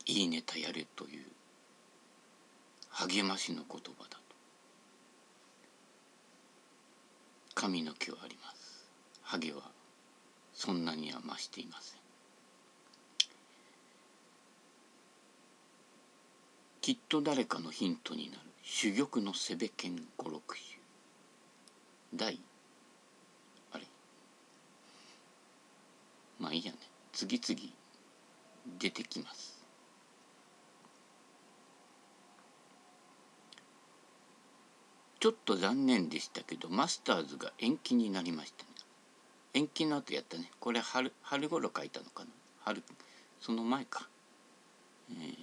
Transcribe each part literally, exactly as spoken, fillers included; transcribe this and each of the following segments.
いいネタやれという励ましの言葉だと神の気はあります。ハゲはそんなには増していません。きっと誰かのヒントになる珠玉のセベケン五六集第あれまあいいやね、次々出てきます。ちょっと残念でしたけどマスターズが延期になりましたね。延期の後やったね。これ春春頃書いたのかな。春その前か。えー、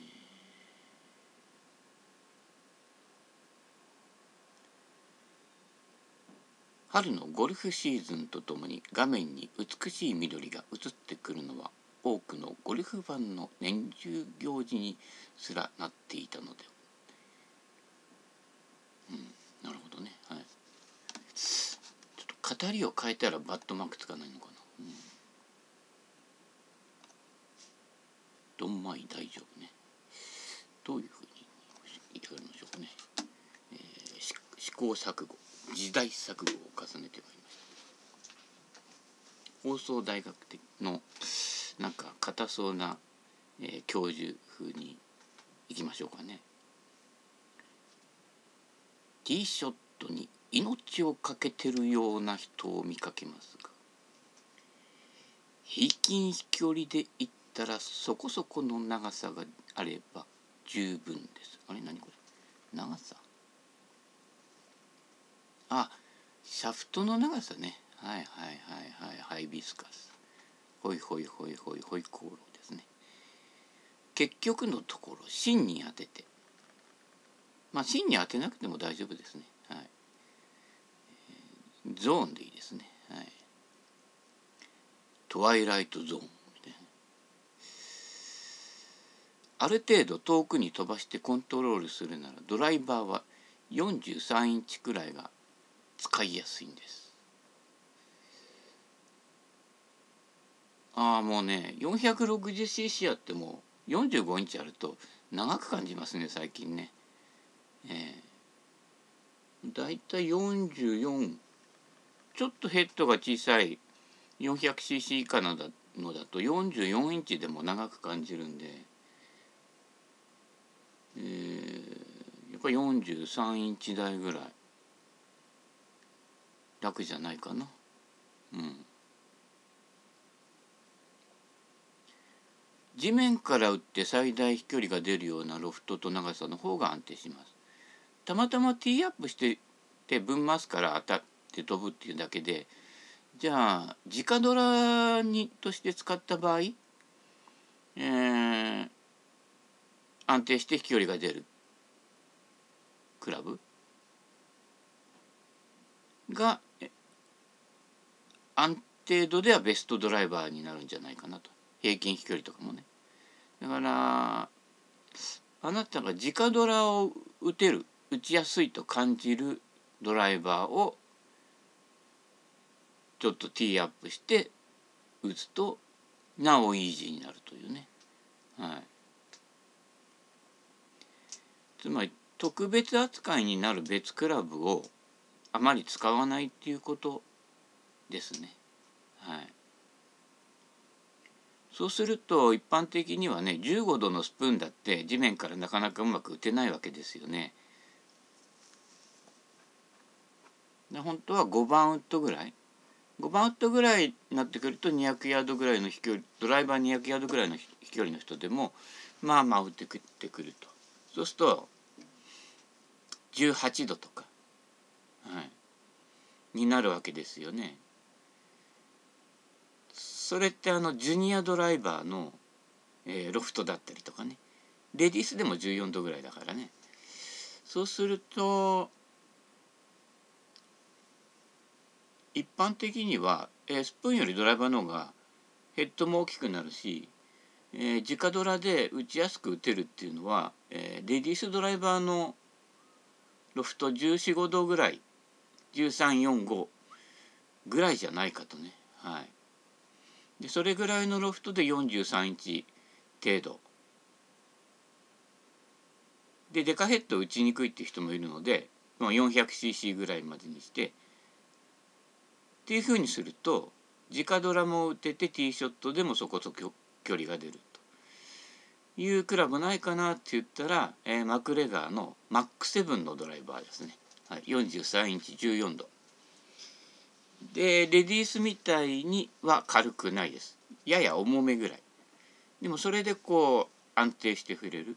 春のゴルフシーズンとともに画面に美しい緑が映ってくるのは多くのゴルフファンの年中行事にすらなっていたので、うん、なるほどね。はい。ちょっと語りを変えたらバットマークつかないのかな。うん、どんまい大丈夫ね。どういうふうにやりましょうかね。えー、試行錯誤、時代錯誤を重ねてまいりました。放送大学的のなんか硬そうな、えー、教授風にいきましょうかね。ティーショットに命を懸けてるような人を見かけますが、平均飛距離で言ったらそこそこの長さがあれば十分です。あれ何これ、長さ、あ、シャフトの長さね。はいはいはいはい、ハイビスカス、ホイホイホイホイホイコーローですね。結局のところ芯に当てて、まあ芯に当てなくても大丈夫ですね。はい、ゾーンでいいですね。はい、トワイライトゾーンみたいな。ある程度遠くに飛ばしてコントロールするならドライバーはよんじゅうさんインチくらいが使いやすいんです。ああもうね よんひゃくろくじゅうシーシー あってもよんじゅうごインチあると長く感じますね最近ね。えー、だいたいよんじゅうよん、ちょっとヘッドが小さい よんひゃくシーシー 以下のだのだとよんじゅうよんインチでも長く感じるんで、えー、やっぱりよんじゅうさんインチ台ぐらい楽じゃないかな。うん。地面から打って最大飛距離が出るようなロフトと長さの方が安定します。たまたまティーアップしてて分マスから当たって飛ぶっていうだけで、じゃあ直ドラにとして使った場合、えー、安定して飛距離が出るクラブが安定度ではベストドライバーになるんじゃないかなと。平均飛距離とかもね。だからあなたが直ドラを打てる、打ちやすいと感じるドライバーをちょっとティーアップして打つとなおイージーになるというね。はい。つまり特別扱いになる別クラブをあまり使わないっていうことですね。はい。そうすると一般的にはねじゅうごどのスプーンだって地面からなかなかうまく打てないわけですよね。で本当はごばんウッドぐらいごばんウッドぐらいになってくるとにひゃくヤードぐらいの飛距離、ドライバーにひゃくヤードぐらいの飛距離の人でもまあまあ打ってくってくると。そうするとじゅうはちどとか、はい、になるわけですよね。それってあのジュニアドライバーの、えー、ロフトだったりとかね、レディースでもじゅうよんどぐらいだからね。そうすると一般的には、えー、スプーンよりドライバーの方がヘッドも大きくなるし、えー、直ドラで打ちやすく打てるっていうのは、えー、レディースドライバーのロフトじゅうよん、ごどぐらい、じゅうさん、よん、ごぐらいじゃないかとね。はい。でそれぐらいのロフトでよんじゅうさんインチ程度でデカヘッド打ちにくいっていう人もいるので よんひゃくシーシー ぐらいまでにしてっていうふうにすると直ドラも打ててティーショットでもそこそこ距離が出るというクラブないかなって言ったら、えー、マクレガーのマックセブンのドライバーですね、はい、よんじゅうさんインチじゅうよんどでレディースみたいには軽くないです。やや重めぐらいでもそれでこう安定して振れる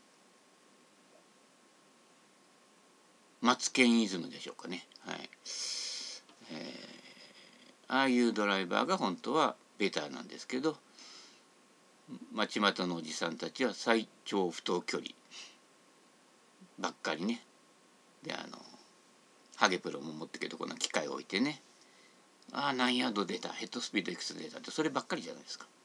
マツケンイズムでしょうかね、はい、えー、ああいうドライバーが本当はベターなんですけど、町股のおじさんたちは最長不等距離ばっかりね。であのハゲプロも持ってけとこの機械を置いてね、ああ何ヤード出た、ヘッドスピードいくつ出たってそればっかりじゃないですか。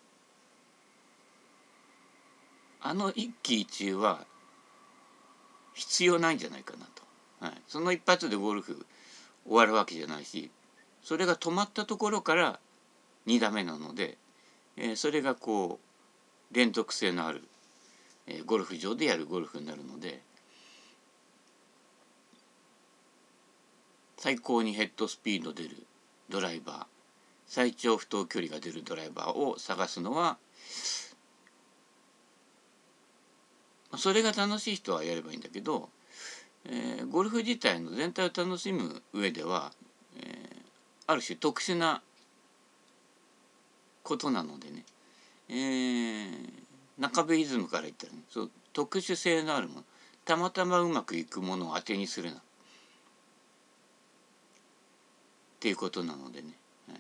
あの一喜一憂は必要ないんじゃないかなと、はい、その一発でゴルフ終わるわけじゃないし、それが止まったところからに打目なので、えー、それがこう連続性のある、えー、ゴルフ場でやるゴルフになるので、最高にヘッドスピード出るドライバー、最長不等距離が出るドライバーを探すのは、それが楽しい人はやればいいんだけど、えー、ゴルフ自体の全体を楽しむ上では、えー、ある種特殊なことなのでね、えー、中部イズムから言ったらね、そう特殊性のあるもの、たまたまうまくいくものを当てにするなっていうことなのでね、はい、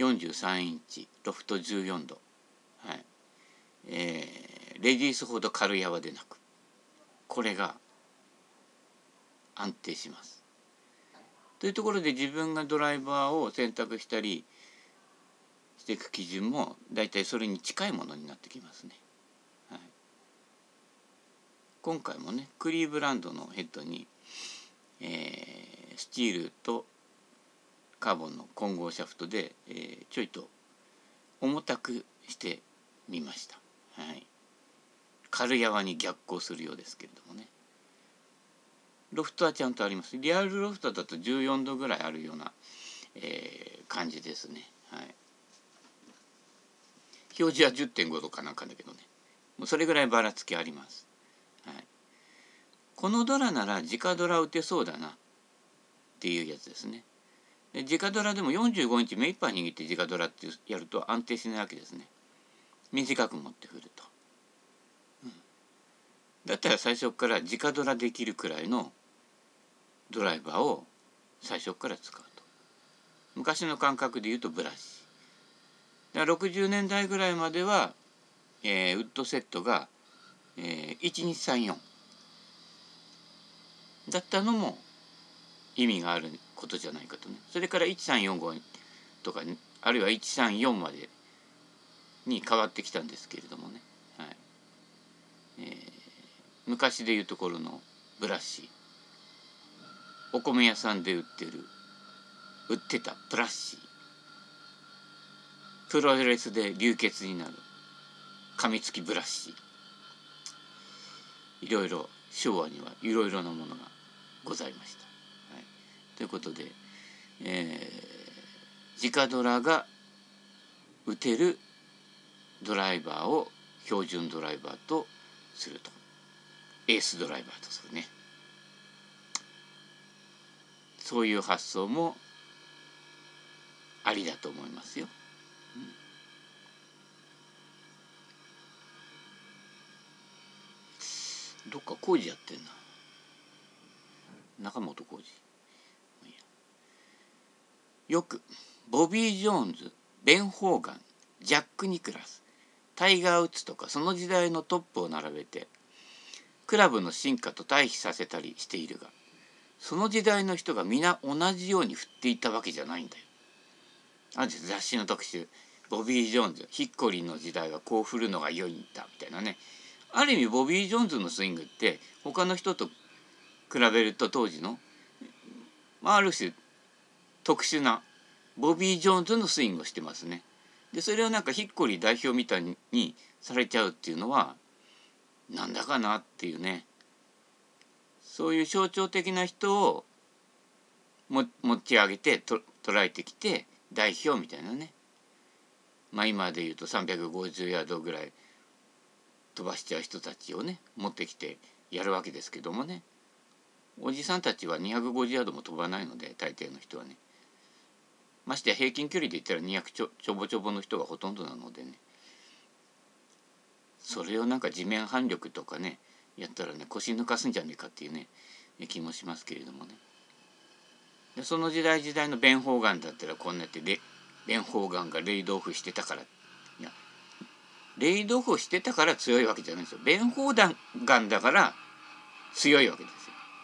よんじゅうさんインチロフトじゅうよんど、はい、えー、レディースほど軽い泡でなく、これが安定します。というところで自分がドライバーを選択したりしていく基準もだいたいそれに近いものになってきますね。はい、今回もねクリーブランドのヘッドに、えー、スチールとカーボンの混合シャフトで、えー、ちょいと重たくしてみました。はい、軽い泡に逆行するようですけれどもね。ロフトはちゃんとあります。リアルロフトだとじゅうよんどぐらいあるような、えー、感じですね。はい、表示は じゅってんごどかなんかだけどね、もうそれぐらいばらつきあります。はい、このドラなら直ドラ打てそうだなっていうやつですね。で直ドラでもよんじゅうごインチ目いっぱい握って直ドラってやると安定しないわけですね。短く持って振ると、うん、だったら最初から直ドラできるくらいのドライバーを最初から使うと。昔の感覚で言うとブラシだからろくじゅうねんだいぐらいまでは、えー、ウッドセットが、えー、いちにちさんよんだったのも意味があることじゃないかとね。それからいちさんよんごとか、ね、あるいはいちさんよんまでに変わってきたんですけれどもね、はいえー、昔でいうところのブラシ、お米屋さんで売ってる売ってたブラシ、プロレスで流血になる噛みつきブラシ、いろいろ昭和にはいろいろなものがございました。はい、ということで、えー、直ドラが打てるドライバーを標準ドライバーとすると、エースドライバーとするね。そういう発想もありだと思いますよ。うん、どっか工事やってんな、中本工事。よくボビー・ジョーンズ、ベン・ホーガン、ジャック・ニクラス、タイガー・ウッズとかその時代のトップを並べてクラブの進化と対比させたりしているが、その時代の人が皆同じように振っていったわけじゃないんだよ。ある雑誌の特集、ボビー・ジョーンズ、ヒッコリーの時代はこう振るのが良いんだみたいなね。ある意味ボビー・ジョーンズのスイングって他の人と比べると当時の、まあ、ある種特殊なボビー・ジョーンズのスイングをしてますね。でそれをなんかヒッコリー代表みたいにされちゃうっていうのはなんだかなっていうね、そういう象徴的な人をも持ち上げてと捉えてきて代表みたいなね、まあ今で言うとさんびゃくごじゅうヤードぐらい飛ばしちゃう人たちをね持ってきてやるわけですけどもね、おじさんたちはにひゃくごじゅうヤードも飛ばないので、大抵の人はね、ましてや平均距離で言ったらにひゃくちょちょぼちょぼの人がほとんどなのでね、それをなんか地面反力とかねやったらね腰抜かすんじゃねえかっていうね気もしますけれどもね。でその時代時代のベン・ホーガンだったらこんなやってレベン・ホーガンがレイドオフしてたから、いやレイドオフしてたから強いわけじゃないんですよ。ベン・ホーガンだから強いわけですよ。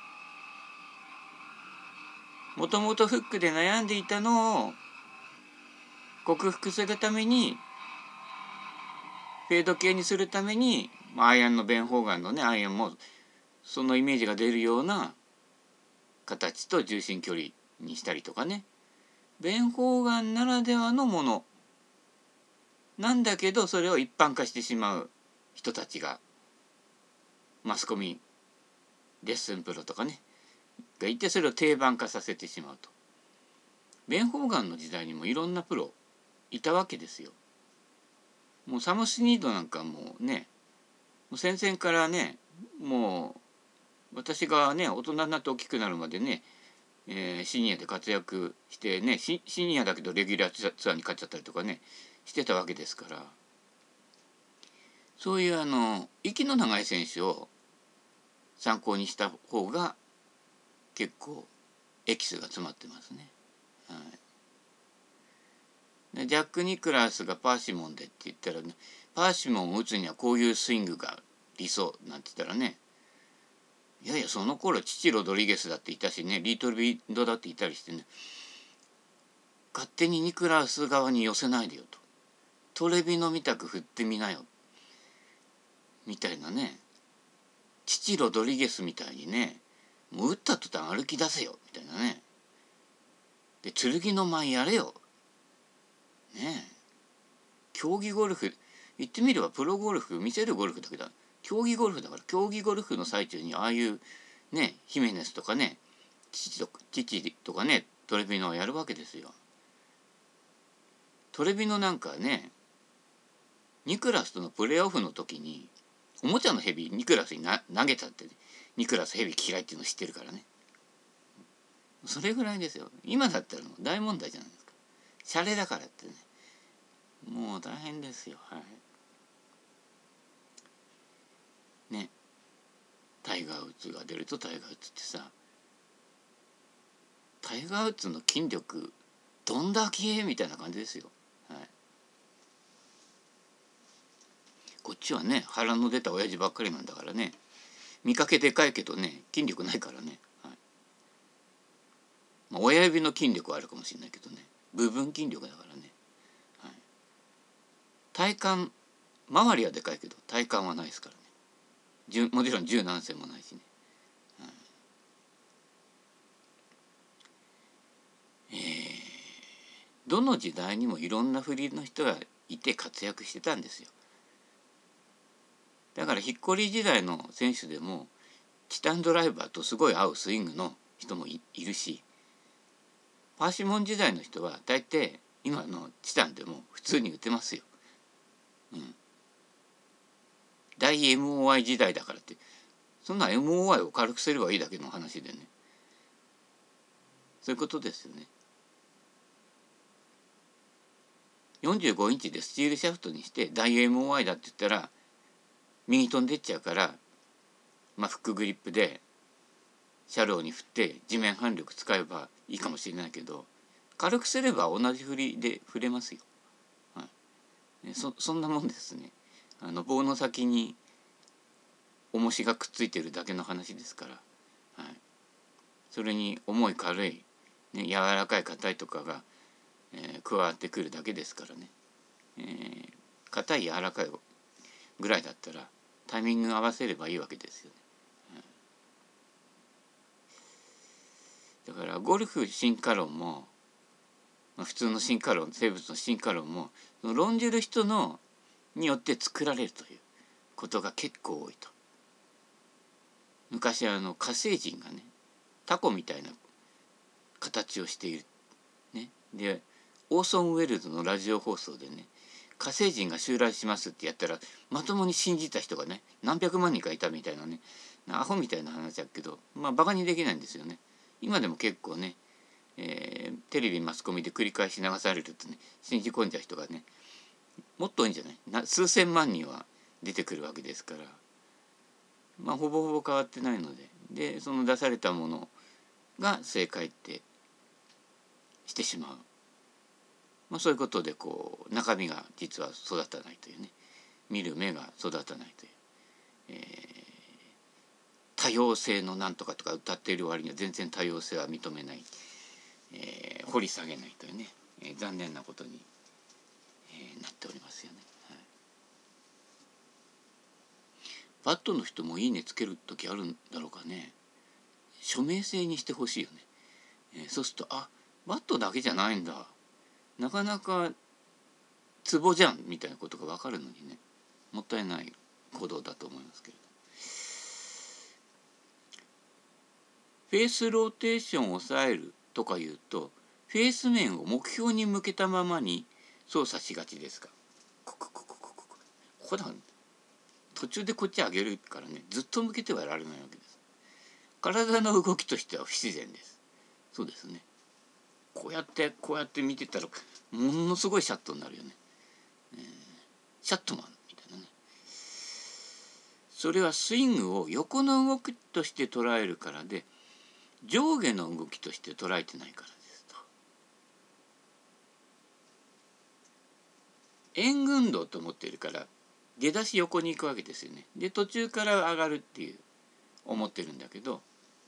もともとフックで悩んでいたのを克服するために、フェード系にするためにアイアンのベン・ホーガンのねアイアンもそのイメージが出るような形と重心距離にしたりとかね、ベン・ホーガンならではのものなんだけど、それを一般化してしまう人たちがマスコミレッスンプロとかねがいて、それを定番化させてしまうと。ベン・ホーガンの時代にもいろんなプロいたわけですよ。もうサム・スニードなんかもね、もう戦前からね、もう私がね大人になって大きくなるまでね、えー、シニアで活躍してね、シニアだけどレギュラーツアーに勝っちゃったりとかねしてたわけですから、そういうあの息の長い選手を参考にした方が結構エキスが詰まってますね。はい、でジャック・ニクラウスがパーシモンでって言ったらね、パーシモンを打つにはこういうスイングが理想なんて言ったらね、いやいやその頃父ロドリゲスだっていたしね、リートルビンドだっていたりしてね、勝手にニクラウス側に寄せないでよと、トレビのみたく振ってみなよみたいなね、父ロドリゲスみたいにね、もう打った途端歩き出せよみたいなね、で剣の舞やれよねえ、競技ゴルフ言ってみればプロゴルフ見せるゴルフだけど競技ゴルフだから、競技ゴルフの最中にああいうねヒメネスとかね父と父とかねトレビノをやるわけですよ。トレビノなんかね、ニクラスとのプレーオフの時におもちゃのヘビニクラスにな投げたって、ね、ニクラスヘビ嫌いっていうの知ってるからね、それぐらいですよ。今だったらもう大問題じゃないですか。シャレだからってね、もう大変ですよ。はいね、タイガー・ウッズが出るとタイガー・ウッズってさ、タイガー・ウッズの筋力どんだけみたいな感じですよ。はい、こっちはね腹の出た親父ばっかりなんだからね、見かけでかいけどね筋力ないからね、はい、まあ、親指の筋力はあるかもしれないけどね、部分筋力だからね、はい、体幹周りはでかいけど体幹はないですからね、もちろん柔軟性もないしね、はい、えー、どの時代にもいろんな振りの人がいて活躍してたんですよ。だからヒッコリー時代の選手でもチタンドライバーとすごい合うスイングの人も い, いるし、パーシモン時代の人は大抵今のチタンでも普通に打てますよ。うん、大 エムオーアイ 時代だからってそんな エムオーアイ を軽くすればいいだけの話でね、そういうことですよね。よんじゅうごインチでスチールシャフトにして大 エムオーアイ だって言ったら右飛んでっちゃうから、まあ、フックグリップでシャローに振って地面反力使えばいいかもしれないけど、軽くすれば同じ振りで振れますよ。はい、そ, そんなもんですね。あの棒の先に重しがくっついてるだけの話ですから、はい、それに重い軽い、ね、柔らかい硬いとかが、えー、加わってくるだけですからね、えー、硬い柔らかいぐらいだったらタイミング合わせればいいわけですよね。だからゴルフ進化論も、まあ、普通の進化論生物の進化論も論じる人のによって作られるということが結構多いと。 昔あの火星人がねタコみたいな形をしている、ね、でオーソン・ウェルズのラジオ放送でね火星人が襲来しますってやったらまともに信じた人がね何百万人かいたみたいなねアホみたいな話だけどまあバカにできないんですよね。今でも結構ね、えー、テレビマスコミで繰り返し流されるとね信じ込んじゃう人がねもっと多いんじゃないな数千万人は出てくるわけですからまあほぼほぼ変わってないのででその出されたものが正解ってしてしまう、まあ、そういうことでこう中身が実は育たないというね見る目が育たないという、えー、多様性のなんとかとか歌っている割には全然多様性は認めない、えー、掘り下げないというね、えー、残念なことに、えー、なっておりますよね。はい、バットの人もいいねつける時あるんだろうかね。署名制にしてほしいよね、えー、そうするとあバットだけじゃないんだなかなかツボじゃんみたいなことが分かるのにねもったいない行動だと思いますけれどフェースローテーションを抑えるとかいうとフェース面を目標に向けたままに操作しがちですがここここここここだ途中でこっち上げるからねずっと向けてはいられないわけです。体の動きとしては不自然です。そうですねこうやってこうやって見てたらものすごいシャットになるよね、えー、シャットマンみたいなね。それはスイングを横の動きとして捉えるからで上下の動きとして捉えてないからですと。円運動と思っているから出だし横に行くわけですよね。で途中から上がるっていう思ってるんだけど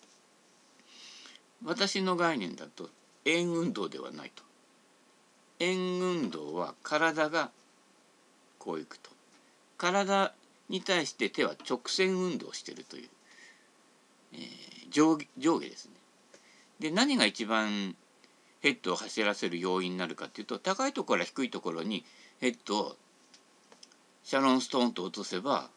私の概念だと円運動ではないと。円運動は体がこういくと体に対して手は直線運動しているという、えー、上下、上下ですね。で何が一番ヘッドを走らせる要因になるかというと高いところから低いところにヘッドをシャロンストーンと落とせば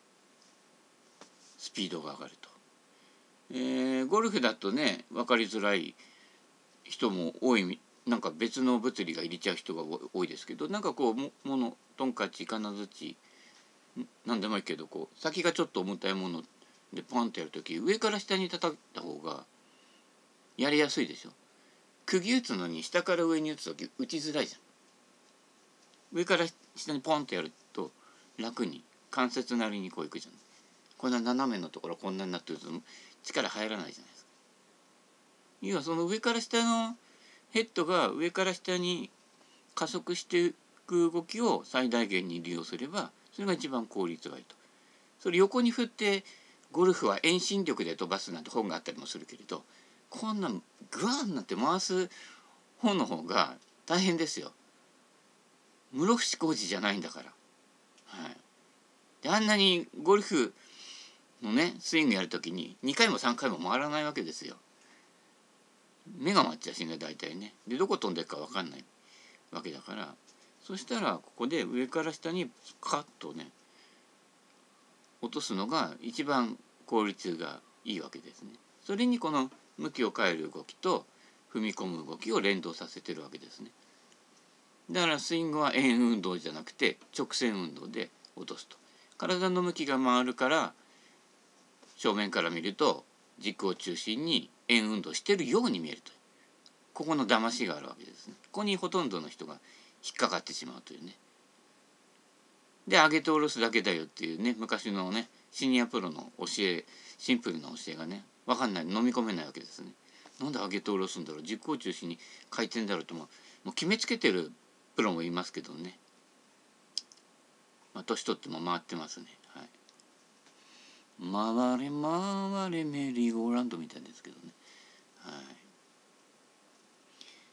スピードが上がると。えー、ゴルフだとね分かりづらい人も多いなんか別の物理が入れちゃう人が多いですけどなんかこうもものトンカチ金槌何でもいいけどこう先がちょっと重たいものでポンってやるとき上から下に叩いた方がやりやすいでしょ。釘打つのに下から上に打つとき打ちづらいじゃん。上から下にポンってやると楽に関節なりにこういくじゃん。こんな斜めのところこんなになってると力入らないじゃないですか。要はその上から下のヘッドが上から下に加速していく動きを最大限に利用すればそれが一番効率がいいと。それ横に振ってゴルフは遠心力で飛ばすなんて本があったりもするけれどこんなグワーンなんて回す方の方が大変ですよ。室伏広治じゃないんだから。はい、であんなにゴルフのねスイングやるときににかいもさんかいも回らないわけですよ。目が回っちゃうしね大体ね。でどこ飛んでるか分かんないわけだからそしたらここで上から下にカッとね落とすのが一番効率がいいわけですね。それにこの向きを変える動きと踏み込む動きを連動させてるわけですね。だからスイングは円運動じゃなくて直線運動で落とすと。体の向きが回るから正面から見ると軸を中心に円運動してるように見えるというここの騙しがあるわけですね。ここにほとんどの人が引っかかってしまうというね。で上げて下ろすだけだよっていうね昔のねシニアプロの教えシンプルな教えがね分かんない飲み込めないわけですね。なんで上げて下ろすんだろう軸を中心に回転だろうともう決めつけてるプロもいますけどね、まあ、年取っても回ってますね。はい、回れ回れメリーゴーランドみたいですけどね。はい、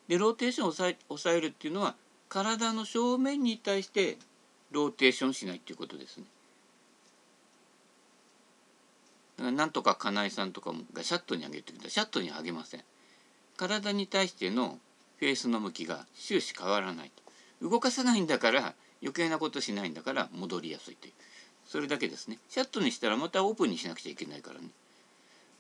でローテーションを抑え、抑えるっていうのは体の正面に対してローテーションしないっていうことですね。だからなんとか金井さんとかがシャットに上げてるとシャットに上げません。体に対してのフェースの向きが終始変わらないと。動かさないんだから余計なことしないんだから戻りやすいというそれだけですね。シャットにしたらまたオープンにしなくちゃいけないからね。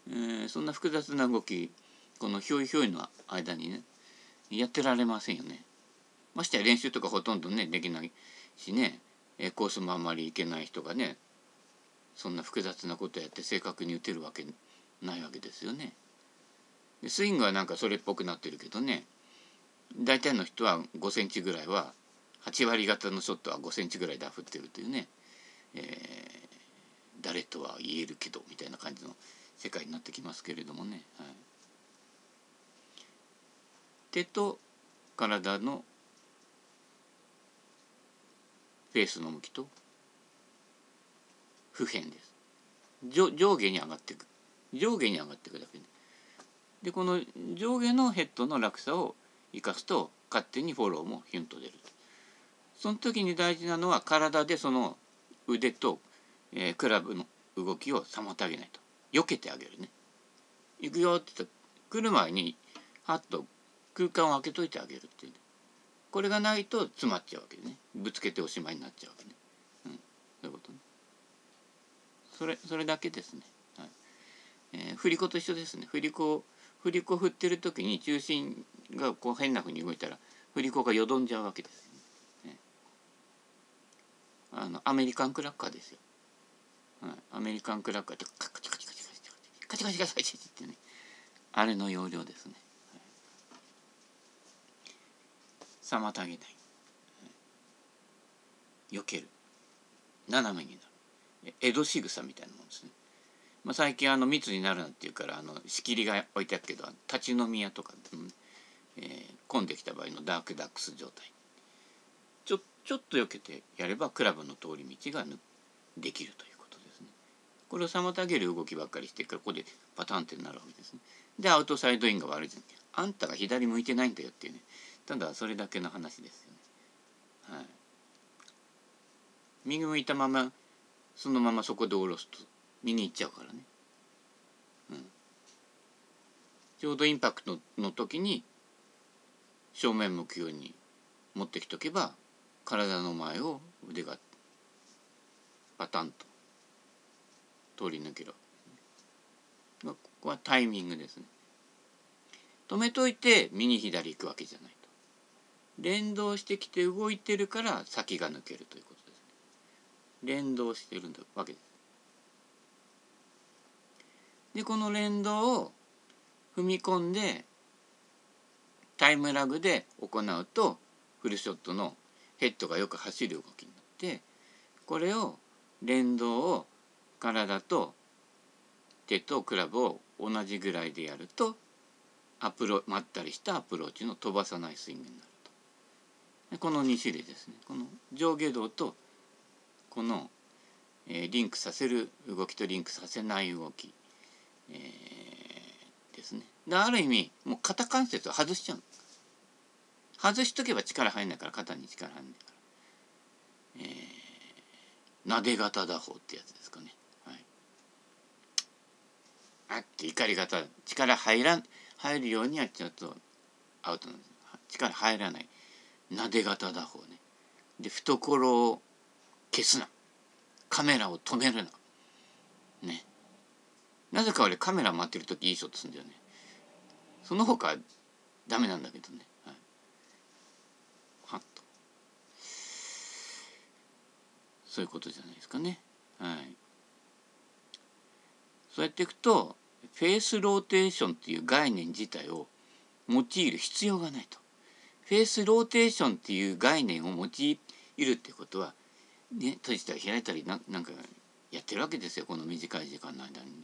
えー、そんな複雑な動きこのひょいひょいの間にねやってられませんよね。ましてや練習とかほとんどねできないしね、えコースもあんまりいけない人がねそんな複雑なことやって正確に打てるわけないわけですよね。でスイングはなんかそれっぽくなってるけどね、大体の人はごセンチぐらいははち割方のショットはごセンチぐらいで振ってるというね、えー、誰とは言えるけどみたいな感じの世界になってきますけれどもね、はい、手と体のフェースの向きと不変です。上下に上がっていく上下に上がっていくだけで、でこの上下のヘッドの落差を生かすと勝手にフォローもヒュンと出る。その時に大事なのは体でその腕と、えー、クラブの動きを妨げないと、避けてあげるね。行くよって言ったら来る前にハッと空間を空けといてあげるっていう、ね、これがないと詰まっちゃうわけでね、ぶつけておしまいになっちゃうわけね、うん、そういうことね。それそれだけですね、はい。えー、振り子と一緒ですね。振り子振り子振ってる時に中心がこう変な風に動いたら振り子がよどんじゃうわけですよ、ね、あのアメリカンクラッカーですよ、はい、アメリカンクラッカーってカチカチカチカチカチカチカチカチカチってね、あれの要領ですね、はい、妨げない、避ける、斜めになる、江戸仕草みたいなもんですね。まあ、最近あの密になるなっていうからあの仕切りが置いてあるけど立ち飲み屋とか、うんえー、混んできた場合のダークダックス状態、ちょちょっと避けてやればクラブの通り道ができるということですね。これを妨げる動きばっかりしてからここでパターンってなるわけですね。でアウトサイドインが悪いじゃん、あんたが左向いてないんだよっていうね、ただそれだけの話ですよね。はい、右向いたままそのままそこで下ろすと右行っちゃうからね、うん、ちょうどインパクトの時に正面向くように持ってきとけば体の前を腕がパタンと通り抜ける。ここはタイミングですね。止めといて右左行くわけじゃないと。連動してきて動いてるから先が抜けるということですね。連動してるわけです。でこの連動を踏み込んでタイムラグで行うとフルショットのヘッドがよく走る動きになって、これを連動を体と手とクラブを同じぐらいでやるとアプロまったりしたアプローチの飛ばさないスイングになると。このに種類ですね。この上下動とこの、えー、リンクさせる動きとリンクさせない動き、えー、ですね。である意味もう肩関節を外しちゃう。外しとけば力入んないから、肩に力入んないから、えー、なで型打法ってやつですかね。はい、あって怒り型、力入らん入るようにやっちゃうとアウトなんです。力入らないなで型打法ね。で懐を消すな、カメラを止めるなね。なぜか俺カメラ回ってる時いいショットするんだよね。その他ダメなんだけどね、はい、はっとそういうことじゃないですかね。はい、そうやっていくとフェースローテーションっていう概念自体を用いる必要がないと。フェースローテーションっていう概念を用いるってことはね、閉じたり開いたりななんかやってるわけですよ、この短い時間の間に。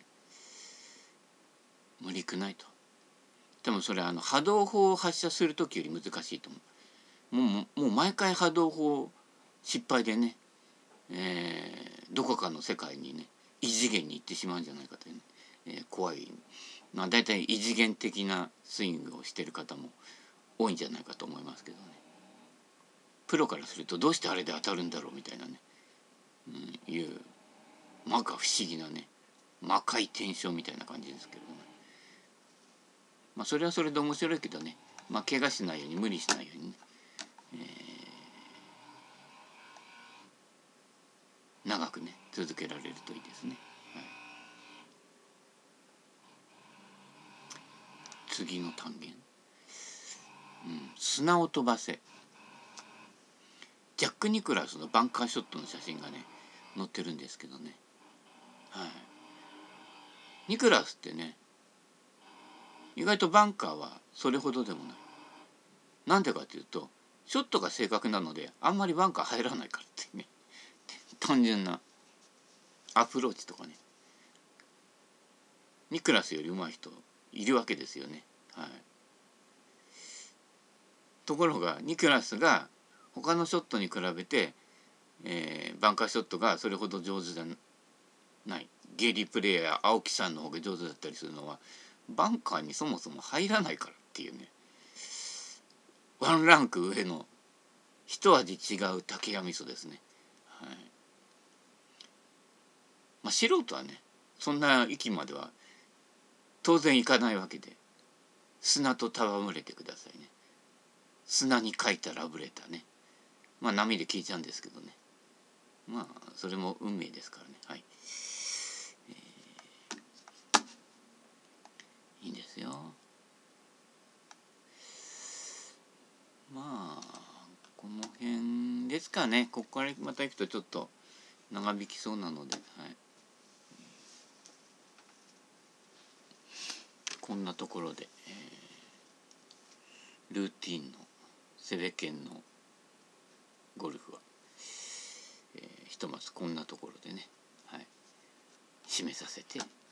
無理くないと。でもそれはあの波動砲を発射する時より難しいと思う。もうもう毎回波動砲失敗でね、えー、どこかの世界にね異次元に行ってしまうんじゃないかという、ねえー、怖い、まあ、大体異次元的なスイングをしている方も多いんじゃないかと思いますけどね。プロからするとどうしてあれで当たるんだろうみたいなね、うん、いう摩訶不思議なね魔界転生みたいな感じですけどね。まあそれはそれで面白いけどね、まあ怪我しないように無理しないようにね、えー、長くね続けられるといいですね。はい次の単元、うん、砂を飛ばせ。ジャック・ニクラウスのバンカーショットの写真がね載ってるんですけどね、はい、ニクラウスってね意外とバンカーはそれほどでもない。なんでかというとショットが正確なのであんまりバンカー入らないからっていうね単純なアプローチとかね、ニクラスより上手い人いるわけですよね、はい、ところがニクラスが他のショットに比べて、えー、バンカーショットがそれほど上手じゃない、ゲイリープレーヤー青木さんの方が上手だったりするのはバンカーにそもそも入らないからっていうね、ワンランク上の一味違う竹や味噌ですね、はい、まあ素人はねそんな域までは当然いかないわけで、砂と戯れてくださいね。砂に書いたラブレターね、まあ波で聞いちゃうんですけどね、まあそれも運命ですからね、はい、えー、いいんですよ。まあこの辺ですかね。ここからまた行くとちょっと長引きそうなので、はい、こんなところで、えー、ルーティンのセベケンのゴルフは、えー、ひとまずこんなところでね、はい、締めさせて